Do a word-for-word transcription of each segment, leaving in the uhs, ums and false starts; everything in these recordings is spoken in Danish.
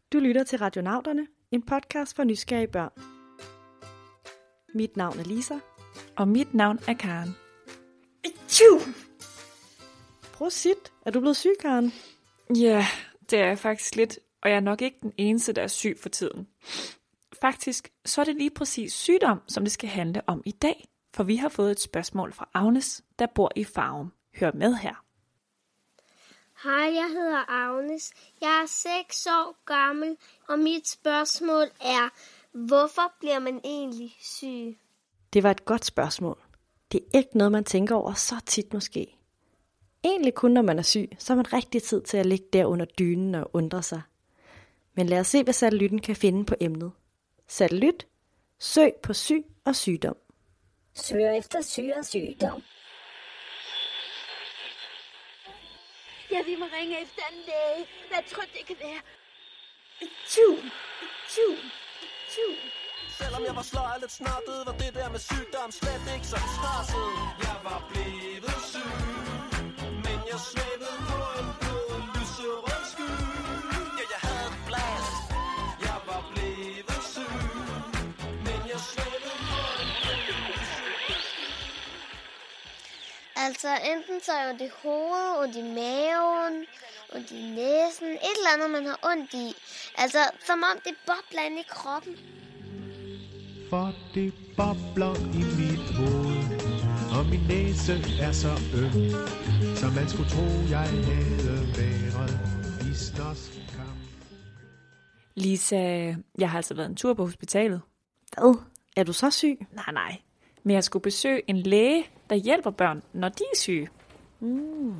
Du lytter til Radionauterne, en podcast for nysgerrige børn. Mit navn er Lisa. Og mit navn er Karen. Prosit. Er du blevet syg, Karen? Ja, det er jeg faktisk lidt, og jeg er nok ikke den eneste, der er syg for tiden. Faktisk så er det lige præcis sygdom, som det skal handle om i dag, for vi har fået et spørgsmål fra Agnes, der bor i Farum. Hør med her. Hej, jeg hedder Agnes. Jeg er seks år gammel, og mit spørgsmål er, hvorfor bliver man egentlig syg? Det var et godt spørgsmål. Det er ikke noget, man tænker over så tit måske. Egentlig kun når man er syg, så har man rigtig tid til at ligge der under dynen og undre sig. Men lad os se, hvad satellitten kan finde på emnet. Satellit. Søg på syg og sygdom. Søger efter syg og sygdom. Ja, vi må ringe efter en læge. Hvad tror det kan være? Tju, tju, tju. Selvom jeg var sløj og lidt snottet, var det der med sygdom slet ikke så tosset. Jeg var blevet syg, men jeg svævede på en blød lyserød sky. Ja, jeg havde et blast. Jeg var blevet syg, men jeg svævede på en blød lyserød sky. Altså, enten så er det hovedet, og i maven, og i næsen. Et eller andet, man har ondt i. Altså, som om det bobler ind i kroppen. For det bobler i mit hoved, og min næse er så øm, så man skulle tro, jeg havde været i snoskamp. Lisa, jeg har altså været en tur på hospitalet. Hvad? Er du så syg? Nej, nej. Men jeg skulle besøge en læge, der hjælper børn, når de er syge. Mm.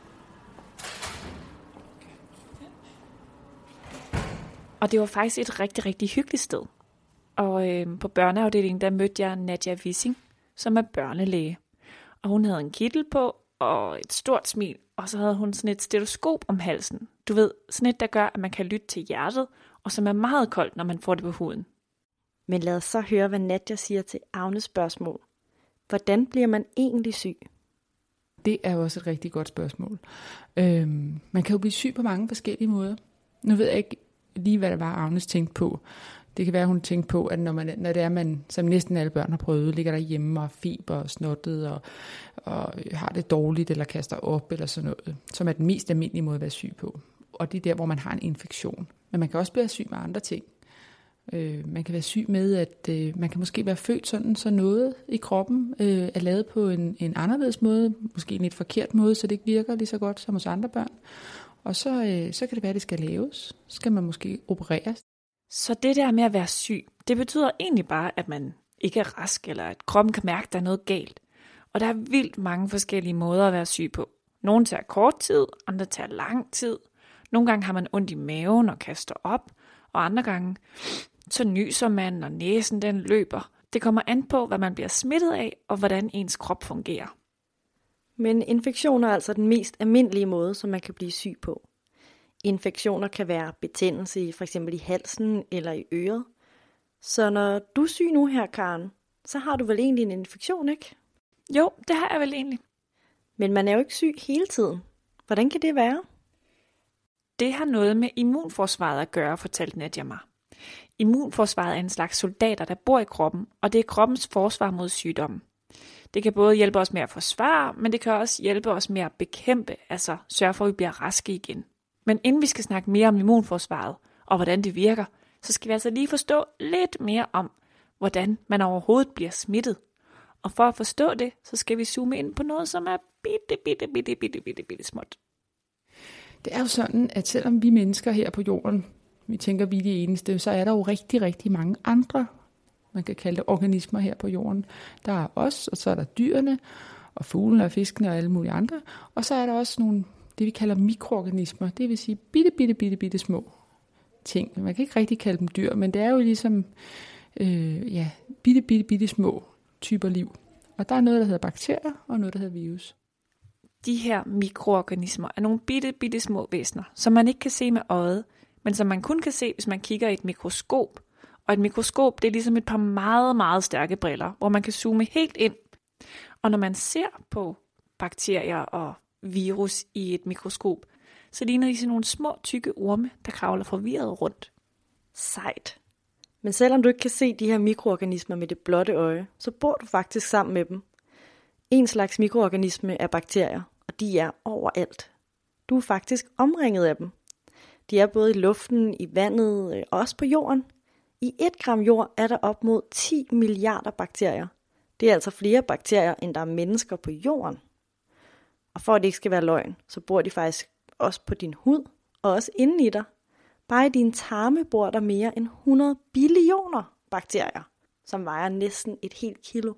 Og det var faktisk et rigtig, rigtig hyggeligt sted. Og øh, på børneafdelingen, der mødte jeg Nadia Wissing, som er børnelæge. Og hun havde en kittel på og et stort smil, og så havde hun sådan et stetoskop om halsen. Du ved, sådan et, der gør, at man kan lytte til hjertet, og som er meget koldt, når man får det på huden. Men lad os så høre, hvad Nadia siger til Agnes spørgsmål. Hvordan bliver man egentlig syg? Det er jo også et rigtig godt spørgsmål. Øhm, man kan jo blive syg på mange forskellige måder. Nu ved jeg ikke lige, hvad det var, Agnes tænkte på. Det kan være, hun tænkte på, at når, man, når det er, man, som næsten alle børn har prøvet, ligger derhjemme og har feber og snottet og, og har det dårligt eller kaster op eller sådan noget, som er den mest almindelige måde at være syg på. Og det er der, hvor man har en infektion. Men man kan også blive syg med andre ting. Øh, man kan være syg med, at øh, man kan måske være født sådan, så noget i kroppen øh, er lavet på en, en anderledes måde, måske en lidt forkert måde, så det ikke virker lige så godt som hos andre børn. Og så, øh, så kan det være, at det skal laves. Så skal man måske opereres. Så det der med at være syg, det betyder egentlig bare, at man ikke er rask, eller at kroppen kan mærke, at der er noget galt. Og der er vildt mange forskellige måder at være syg på. Nogle tager kort tid, andre tager lang tid. Nogle gange har man ondt i maven og kaster op, og andre gange så nyser man, og næsen den løber. Det kommer an på, hvad man bliver smittet af, og hvordan ens krop fungerer. Men infektioner er altså den mest almindelige måde, som man kan blive syg på. Infektioner kan være betændelse i for eksempel i halsen eller i øret. Så når du er syg nu her, Karen, så har du vel egentlig en infektion, ikke? Jo, det har jeg vel egentlig. Men man er jo ikke syg hele tiden. Hvordan kan det være? Det har noget med immunforsvaret at gøre, fortalte Nadia mig. Immunforsvaret er en slags soldater, der bor i kroppen, og det er kroppens forsvar mod sygdommen. Det kan både hjælpe os med at forsvare, men det kan også hjælpe os med at bekæmpe, altså sørge for, at vi bliver raske igen. Men inden vi skal snakke mere om immunforsvaret og hvordan det virker, så skal vi altså lige forstå lidt mere om, hvordan man overhovedet bliver smittet. Og for at forstå det, så skal vi zoome ind på noget, som er bitte, bitte, bitte, bitte, bitte, bitte småt. Det er jo sådan, at selvom vi mennesker her på jorden, vi tænker, vi er de eneste, så er der jo rigtig, rigtig mange andre, man kan kalde det organismer her på jorden. Der er os, og så er der dyrene, og fuglene og fiskene og alle mulige andre. Og så er der også nogle, det vi kalder mikroorganismer, det vil sige bitte, bitte, bitte, bitte små ting. Man kan ikke rigtig kalde dem dyr, men det er jo ligesom øh, ja, bitte, bitte, bitte små typer liv. Og der er noget, der hedder bakterier, og noget, der hedder virus. De her mikroorganismer er nogle bitte, bitte små væsener, som man ikke kan se med øjet, men som man kun kan se, hvis man kigger i et mikroskop. Og et mikroskop, det er ligesom et par meget, meget stærke briller, hvor man kan zoome helt ind. Og når man ser på bakterier og virus i et mikroskop, så ligner de sådan nogle små, tykke orme, der kravler forvirret rundt. Sejt. Men selvom du ikke kan se de her mikroorganismer med det blotte øje, så bor du faktisk sammen med dem. En slags mikroorganisme er bakterier, og de er overalt. Du er faktisk omringet af dem. De er både i luften, i vandet og også på jorden. I et gram jord er der op mod ti milliarder bakterier. Det er altså flere bakterier, end der er mennesker på jorden. Og for at det ikke skal være løgn, så bor de faktisk også på din hud og også inde i dig. Bare i dine tarme bor der mere end hundrede billioner bakterier, som vejer næsten et helt kilo.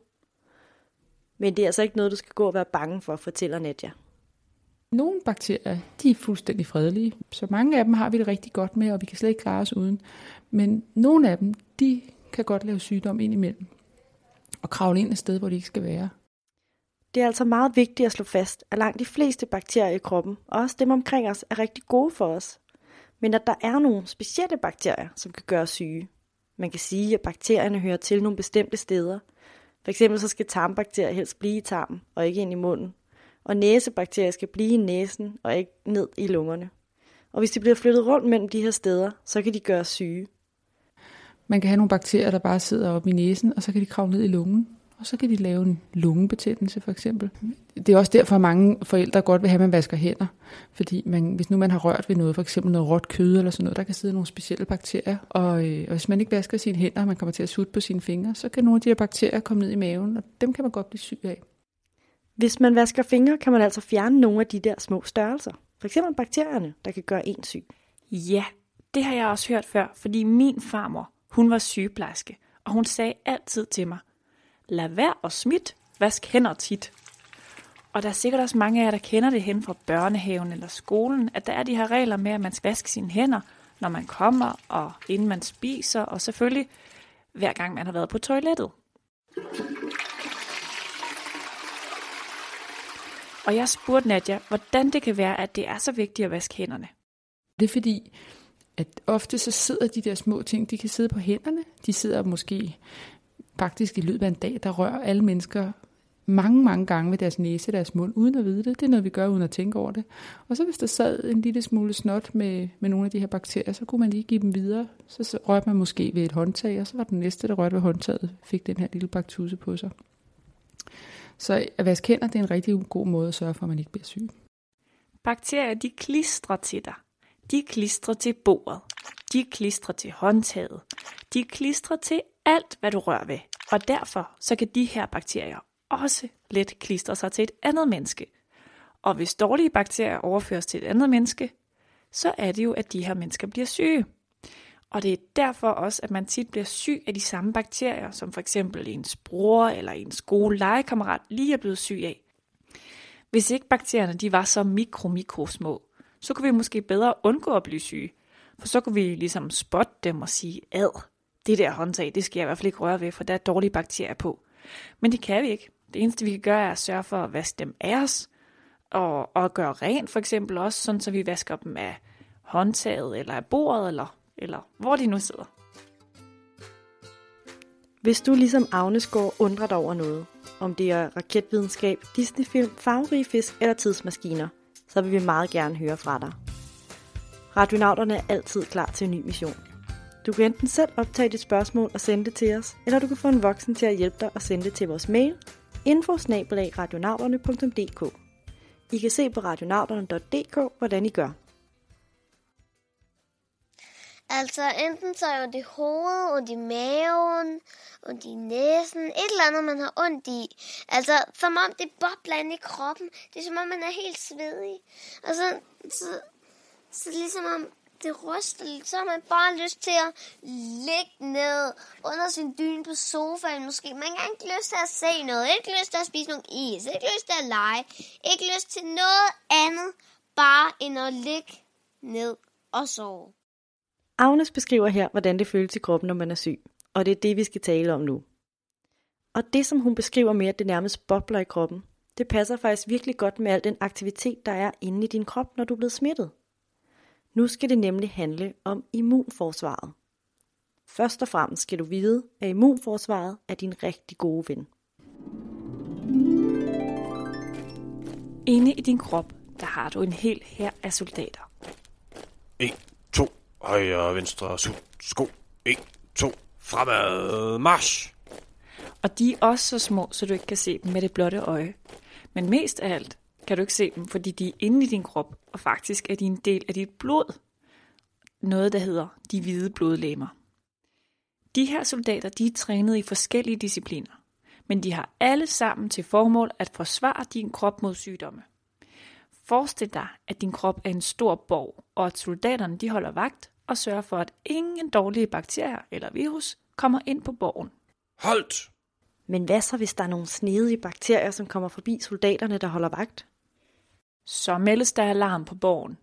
Men det er altså ikke noget, du skal gå og være bange for, fortæller Nadja. Nogle bakterier, de er fuldstændig fredelige, så mange af dem har vi det rigtig godt med, og vi kan slet ikke klare os uden. Men nogle af dem, de kan godt lave sygdom indimellem, og kravle ind et sted, hvor de ikke skal være. Det er altså meget vigtigt at slå fast, at langt de fleste bakterier i kroppen, og også dem omkring os, er rigtig gode for os. Men at der er nogle specielle bakterier, som kan gøre os syge. Man kan sige, at bakterierne hører til nogle bestemte steder. For eksempel så skal tarmbakterier helst blive i tarmen, og ikke ind i munden. Og næsebakterier skal blive i næsen, og ikke ned i lungerne. Og hvis de bliver flyttet rundt mellem de her steder, så kan de gøre os syge. Man kan have nogle bakterier, der bare sidder oppe i næsen, og så kan de kravle ned i lungen. Og så kan de lave en lungebetændelse for eksempel. Det er også derfor, at mange forældre godt vil have, at man vasker hænder. Fordi man, hvis nu man har rørt ved noget, for eksempel noget råt kød eller sådan noget, der kan sidde nogle specielle bakterier. Og, øh, og hvis man ikke vasker sine hænder, og man kommer til at sutte på sine fingre, så kan nogle af de her bakterier komme ned i maven, og dem kan man godt blive syg af. Hvis man vasker fingre, kan man altså fjerne nogle af de der små størrelser. For eksempel bakterierne, der kan gøre en syg. Ja, det har jeg også hørt før, fordi min farmor, hun var sygeplejerske, og hun sagde altid til mig, lad være og smidt, vask hænder tit. Og der er sikkert også mange af jer, der kender det hen fra børnehaven eller skolen, at der er de her regler med, at man skal vaske sine hænder, når man kommer og inden man spiser, og selvfølgelig hver gang man har været på toilettet. Og jeg spurgte Nadja, hvordan det kan være, at det er så vigtigt at vaske hænderne. Det er fordi, at ofte så sidder de der små ting, de kan sidde på hænderne. De sidder måske faktisk i løbet af en dag, der rører alle mennesker mange, mange gange ved deres næse, deres mund, uden at vide det. Det er noget, vi gør uden at tænke over det. Og så hvis der sad en lille smule snot med, med nogle af de her bakterier, så kunne man lige give dem videre. Så, så rørte man måske ved et håndtag, og så var den næste, der rørte ved håndtaget, fik den her lille baktuse på sig. Så at vaske hænder, det er en rigtig god måde at sørge for, at man ikke bliver syg. Bakterier, de klistrer til dig. De klistrer til bordet. De klistrer til håndtaget. De klistrer til alt, hvad du rører ved. Og derfor så kan de her bakterier også let klistre sig til et andet menneske. Og hvis dårlige bakterier overføres til et andet menneske, så er det jo, at de her mennesker bliver syge. Og det er derfor også, at man tit bliver syg af de samme bakterier, som for eksempel ens bror eller ens gode legekammerat lige er blevet syg af. Hvis ikke bakterierne de var så mikro-mikrosmå, så kunne vi måske bedre undgå at blive syge. For så kunne vi ligesom spotte dem og sige, ad, det der håndtag, det skal jeg i hvert fald ikke røre ved, for der er dårlige bakterier på. Men det kan vi ikke. Det eneste vi kan gøre er at sørge for at vaske dem af os, og, og gøre rent for eksempel også, sådan så vi vasker dem af håndtaget eller af bordet, eller, eller hvor de nu sidder. Hvis du ligesom Agnes går undrer dig over noget, om det er raketvidenskab, Disney-film, farverige fisk eller tidsmaskiner, så vil vi meget gerne høre fra dig. Radionauterne er altid klar til en ny mission. Du kan enten selv optage dit spørgsmål og sende det til os, eller du kan få en voksen til at hjælpe dig og sende det til vores mail info bindestreg radionauterne punktum d k. I kan se på radionauterne punktum d k, hvordan I gør. Altså enten så er det hovedet, ondt i maven, ondt i næsen, et eller andet, man har ondt i. Altså som om det bobler ind i kroppen. Det er som om, man er helt svedig. Og så, så, så ligesom om det ryster lidt, så har man bare lyst til at ligge ned under sin dyne på sofaen måske. Man har ikke lyst til at se noget, ikke lyst til at spise nogle is, ikke lyst til at lege, ikke lyst til noget andet, bare end at ligge ned og sove. Agnes beskriver her, hvordan det føles i kroppen, når man er syg, og det er det, vi skal tale om nu. Og det, som hun beskriver med, at det nærmest bobler i kroppen, det passer faktisk virkelig godt med al den aktivitet, der er inde i din krop, når du er blevet smittet. Nu skal det nemlig handle om immunforsvaret. Først og fremmest skal du vide, at immunforsvaret er din rigtig gode ven. Inde i din krop, der har du en hel hær af soldater. En, to, højre, venstre, sut, sko. En, to, fremad, march! Og de er også så små, så du ikke kan se dem med det blotte øje. Men mest af alt kan du ikke se dem, fordi de er inde i din krop, og faktisk er de en del af dit blod. Noget, der hedder de hvide blodlegemer. De her soldater, de er trænet i forskellige discipliner, men de har alle sammen til formål at forsvare din krop mod sygdomme. Forestil dig, at din krop er en stor borg, og at soldaterne de holder vagt og sørger for, at ingen dårlige bakterier eller virus kommer ind på borgen. Holdt! Men hvad så, hvis der er nogle snedige bakterier, som kommer forbi soldaterne, der holder vagt? Så meldes der alarm på borgen.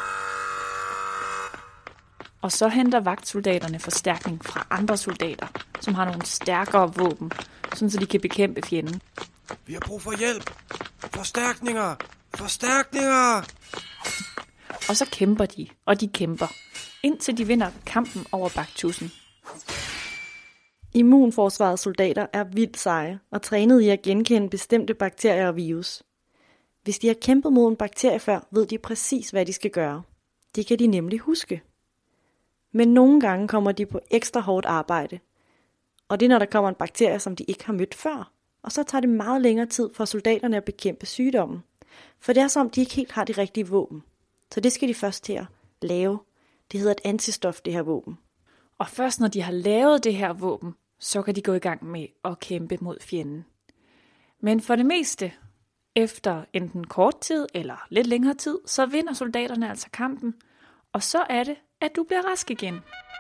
Og så henter vagtsoldaterne forstærkning fra andre soldater, som har nogle stærkere våben, sådan så de kan bekæmpe fjenden. Vi har brug for hjælp! Forstærkninger! Forstærkninger! Og så kæmper de, og de kæmper, indtil de vinder kampen over baktussen. Immunforsvarets soldater er vildt seje og trænet i at genkende bestemte bakterier og virus. Hvis de har kæmpet mod en bakterie før, ved de præcis, hvad de skal gøre. Det kan de nemlig huske. Men nogle gange kommer de på ekstra hårdt arbejde. Og det er, når der kommer en bakterie, som de ikke har mødt før. Og så tager det meget længere tid for soldaterne at bekæmpe sygdommen. For det er som, de ikke helt har de rigtige våben. Så det skal de først til at lave. Det hedder et antistof, det her våben. Og først når de har lavet det her våben, så kan de gå i gang med at kæmpe mod fjenden. Men for det meste, efter enten kort tid eller lidt længere tid, så vinder soldaterne altså kampen. Og så er det, at du bliver rask igen.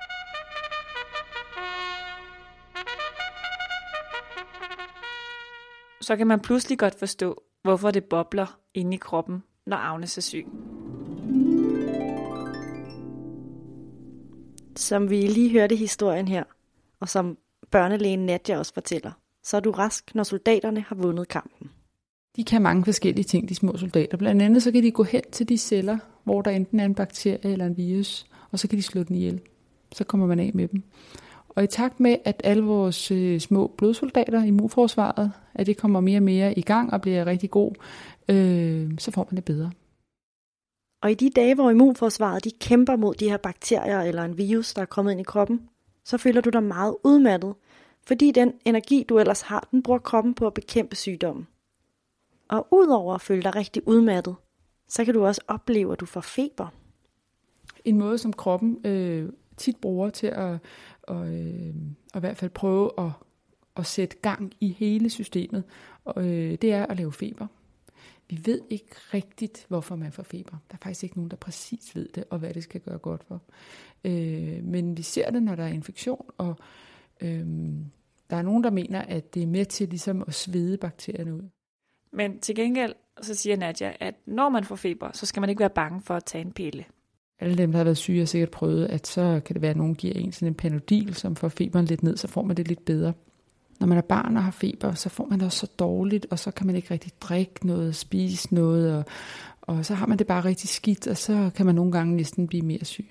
Så kan man pludselig godt forstå, hvorfor det bobler inde i kroppen, når Agnes er syg. Som vi lige hørte historien her, og som børnelægen Nadja også fortæller, så er du rask, når soldaterne har vundet kampen. De kan mange forskellige ting, de små soldater. Blandt andet så kan de gå hen til de celler, hvor der enten er en bakterie eller en virus, og så kan de slå den ihjel. Så kommer man af med dem. Og i takt med, at alle vores øh, små blodsoldater, immunforsvaret, at det kommer mere og mere i gang og bliver rigtig god, øh, så får man det bedre. Og i de dage, hvor immunforsvaret de kæmper mod de her bakterier eller en virus, der er kommet ind i kroppen, så føler du dig meget udmattet, fordi den energi, du ellers har, den bruger kroppen på at bekæmpe sygdommen. Og udover at føle dig rigtig udmattet, så kan du også opleve, at du får feber. En måde, som kroppen øh, tit bruger til at, og, øh, at i hvert fald prøve at, at sætte gang i hele systemet, og, øh, det er at lave feber. Vi ved ikke rigtigt, hvorfor man får feber. Der er faktisk ikke nogen, der præcis ved det, og hvad det skal gøre godt for. Øh, men vi ser det, når der er infektion, og øh, der er nogen, der mener, at det er med til ligesom at svede bakterierne ud. Men til gengæld, så siger Nadja, at når man får feber, så skal man ikke være bange for at tage en pille. Alle dem, der har været syge, har sikkert prøvet, at så kan det være, at nogen giver en sådan en Panodil, som får feberen lidt ned, så får man det lidt bedre. Når man er barn og har feber, så får man det også så dårligt, og så kan man ikke rigtig drikke noget, spise noget, og, og så har man det bare rigtig skidt, og så kan man nogle gange næsten blive mere syg.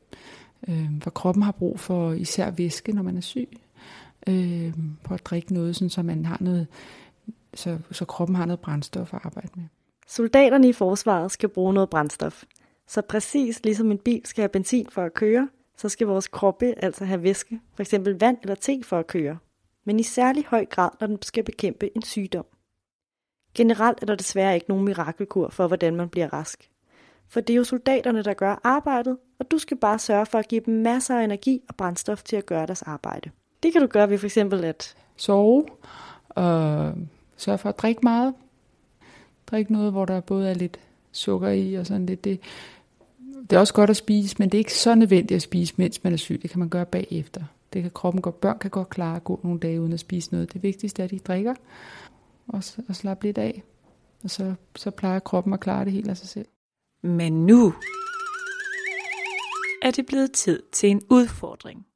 Øh, for kroppen har brug for især væske, når man er syg, øh, på at drikke noget, sådan, så man har noget, så, så kroppen har noget brændstof at arbejde med. Soldaterne i forsvaret skal bruge noget brændstof. Så præcis ligesom en bil skal have benzin for at køre, så skal vores kroppe altså have væske, for eksempel vand eller te for at køre. Men i særlig høj grad, når den skal bekæmpe en sygdom. Generelt er der desværre ikke nogen mirakelkur for, hvordan man bliver rask. For det er jo soldaterne, der gør arbejdet, og du skal bare sørge for at give dem masser af energi og brændstof til at gøre deres arbejde. Det kan du gøre ved for eksempel at sove og sørge for at drikke meget. Drik noget, hvor der både er lidt sukker i og sådan lidt. Det, det er også godt at spise, men det er ikke så nødvendigt at spise, mens man er syg. Det kan man gøre bagefter. Det kan kroppen godt, børn kan godt klare at gå nogle dage uden at spise noget. Det vigtigste er, at de drikker og, og slapper lidt af. Og så, så plejer kroppen at klare det helt af sig selv. Men nu er det blevet tid til en udfordring.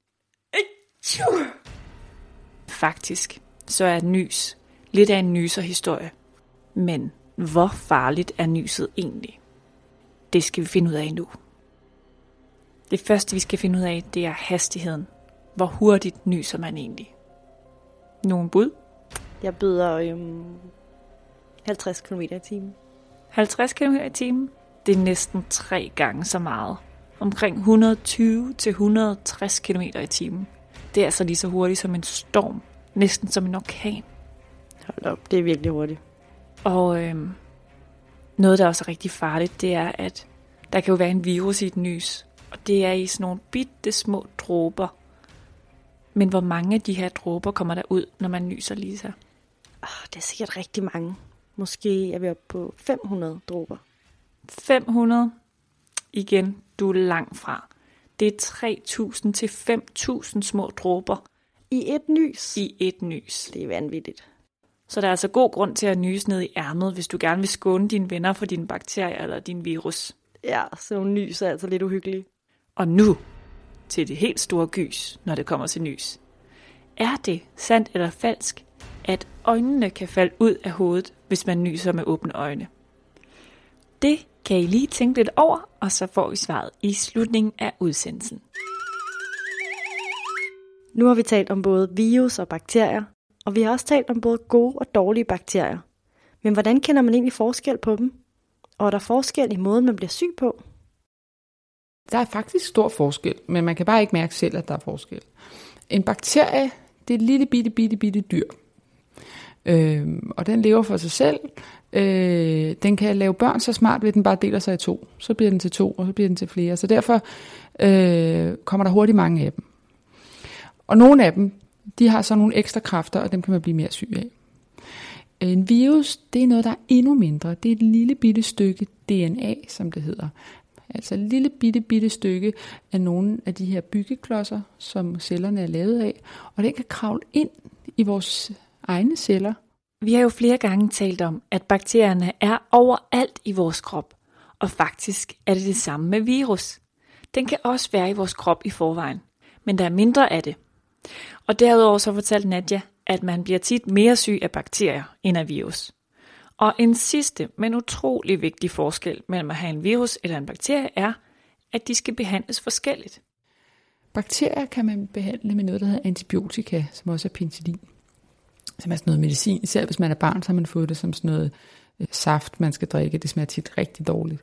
Faktisk så er et nys lidt af en nyserhistorie. Men hvor farligt er nyset egentlig? Det skal vi finde ud af nu. Det første vi skal finde ud af, det er hastigheden. Hvor hurtigt nyser man egentlig? Nogen bud? Jeg byder øhm, halvtreds kilometer i timen. halvtreds kilometer i timen? Det er næsten tre gange så meget. omkring et hundrede og tyve til et hundrede og tres kilometer i timen. Det er altså lige så hurtigt som en storm, næsten som en orkan. Hold op, det er virkelig hurtigt. Og øhm, noget, der også er rigtig farligt, det er, at der kan jo være en virus i et nys. Og det er i sådan nogle bitte små dråber. Men hvor mange af de her dråber kommer der ud, når man nyser, Lisa? Oh, det er sikkert rigtig mange. Måske er vi oppe på fem hundrede dråber. fem hundrede? Igen, du er langt fra. Det er tre tusind til fem tusind små dråber. I et nys? I et nys. Det er vanvittigt. Så der er altså god grund til at nyse ned i ærmet, hvis du gerne vil skåne dine venner for dine bakterier eller din virus. Ja, så nogle nys er altså lidt uhyggelige. Og nu til det helt store gys, når det kommer til nys. Er det sandt eller falsk, at øjnene kan falde ud af hovedet, hvis man nyser med åbne øjne? Det kan I lige tænke lidt over, og så får vi svaret i slutningen af udsendelsen. Nu har vi talt om både virus og bakterier, og vi har også talt om både gode og dårlige bakterier. Men hvordan kender man egentlig forskel på dem? Og er der forskel i måden, man bliver syg på? Der er faktisk stor forskel, men man kan bare ikke mærke selv, at der er forskel. En bakterie, det er et lille bitte, bitte, bitte dyr. Øhm, og den lever for sig selv. Øh, den kan lave børn så smart, ved den bare deler sig i to. Så bliver den til to, og så bliver den til flere. Så derfor øh, kommer der hurtigt mange af dem. Og nogle af dem, de har så nogle ekstra kræfter, og dem kan man blive mere syg af. En virus, det er noget, der er endnu mindre. Det er et lille bitte stykke D N A, som det hedder. Altså et lille bitte, bitte stykke af nogle af de her byggeklodser, som cellerne er lavet af. Og den kan kravle ind i vores egne celler. Vi har jo flere gange talt om, at bakterierne er overalt i vores krop. Og faktisk er det det samme med virus. Den kan også være i vores krop i forvejen, men der er mindre af det. Og derudover så fortalte Nadia, at man bliver tit mere syg af bakterier end af virus. Og en sidste, men utrolig vigtig forskel mellem at have en virus eller en bakterie er, at de skal behandles forskelligt. Bakterier kan man behandle med noget, der hedder antibiotika, som også er penicillin. Som er sådan noget medicin. Især hvis man er barn, så har man fået det som sådan noget øh, saft, man skal drikke. Det smager tit rigtig dårligt.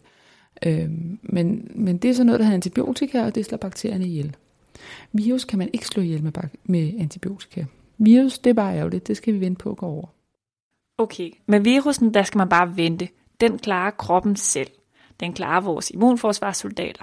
Øhm, men, men det er sådan noget, der hedder antibiotika, og det slår bakterierne ihjel. Virus kan man ikke slå ihjel med, bak- med antibiotika. Virus, det er bare ærgerligt. Det skal vi vente på at gå over. Okay, med virusen, der skal man bare vente. Den klarer kroppen selv. Den klarer vores immunforsvarssoldater.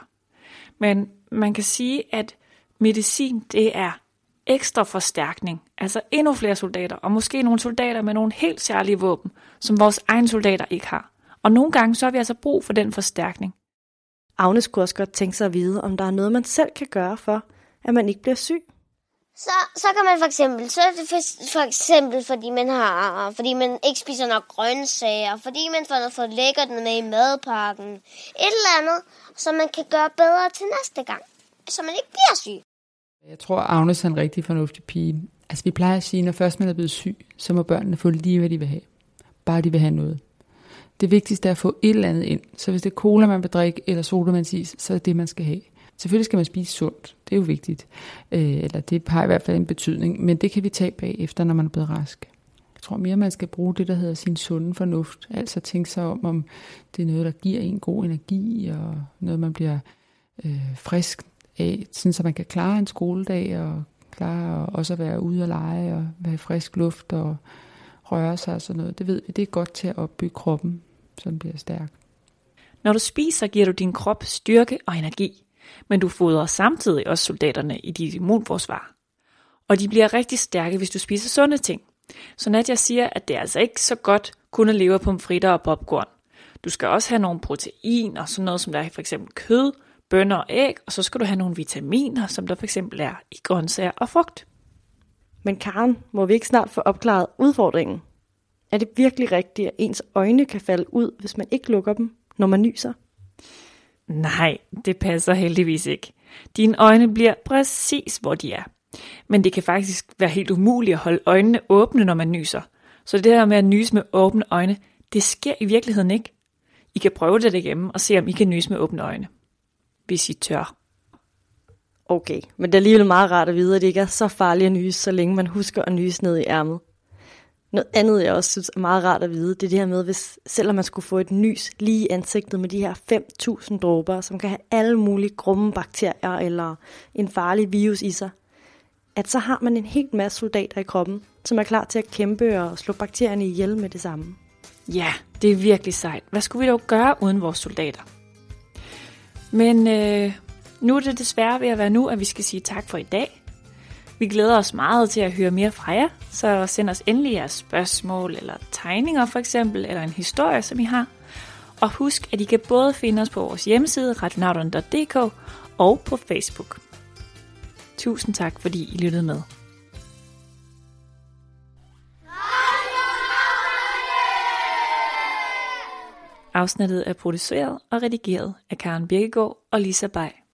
Men man kan sige, at medicin, det er ekstra forstærkning. Altså endnu flere soldater, og måske nogle soldater med nogle helt særlige våben, som vores egne soldater ikke har. Og nogle gange, så har vi altså brug for den forstærkning. Agnes kunne også godt tænke sig at vide, om der er noget, man selv kan gøre for, at man ikke bliver syg. Så, så kan man for eksempel, så er det for, for eksempel, fordi man har, fordi man ikke spiser nok grøntsager, fordi man får noget for lækkert med i madpakken, et eller andet, som man kan gøre bedre til næste gang, så man ikke bliver syg. Jeg tror, Agnes er en rigtig fornuftig pige. Altså vi plejer at sige, når først man er blevet syg, så må børnene få lige, hvad de vil have. Bare de vil have noget. Det vigtigste er at få et eller andet ind. Så hvis det er cola, man vil drikke, eller sodavandsis, så er det det, man skal have. Selvfølgelig skal man spise sundt. Det er jo vigtigt. Øh, eller det har i hvert fald en betydning. Men det kan vi tage bagefter, når man er blevet rask. Jeg tror mere, man skal bruge det, der hedder sin sunde fornuft. Altså tænke sig om, om det er noget, der giver en god energi, og noget, man bliver øh, frisk af, sådan så man kan klare en skoledag, og klare også at være ude og lege, og være i frisk luft, og røre sig og sådan noget. Det ved vi, det er godt til at opbygge kroppen, så den bliver stærk. Når du spiser, giver du din krop styrke og energi, men du fodrer samtidig også soldaterne i dit immunforsvar. Og de bliver rigtig stærke, hvis du spiser sunde ting. Så Nadia siger, at det er altså ikke så godt kun at leve af pomfritter og popcorn. Du skal også have nogle protein og sådan noget, som der er for eksempel kød, bønner og æg, og så skal du have nogle vitaminer, som der for eksempel er i grøntsager og frugt. Men Karen, må vi ikke snart få opklaret udfordringen? Er det virkelig rigtigt, at ens øjne kan falde ud, hvis man ikke lukker dem, når man nyser? Nej, det passer heldigvis ikke. Dine øjne bliver præcis, hvor de er. Men det kan faktisk være helt umuligt at holde øjnene åbne, når man nyser. Så det der med at nyse med åbne øjne, det sker i virkeligheden ikke. I kan prøve det derhjemme og se, om I kan nyse med åbne øjne, hvis I tør. Okay, men det er alligevel meget rart at vide, at det ikke er så farligt at nyse, så længe man husker at nyse ned i ærmet. Noget andet, jeg også synes er meget rart at vide, det er det her med, hvis selvom man skulle få et nys lige i ansigtet med de her fem tusind dråber, som kan have alle mulige grumme bakterier eller en farlig virus i sig, at så har man en helt masse soldater i kroppen, som er klar til at kæmpe og slå bakterierne ihjel med det samme. Ja, det er virkelig sejt. Hvad skulle vi dog gøre uden vores soldater? Men øh, nu er det desværre ved at være nu, at vi skal sige tak for i dag. Vi glæder os meget til at høre mere fra jer, så send os endelig jeres spørgsmål eller tegninger for eksempel, eller en historie, som I har. Og husk, at I kan både finde os på vores hjemmeside radionauterne punktum d k og på Facebook. Tusind tak, fordi I lyttede med. Afsnittet er produceret og redigeret af Karen Birkegaard og Lisa Bay.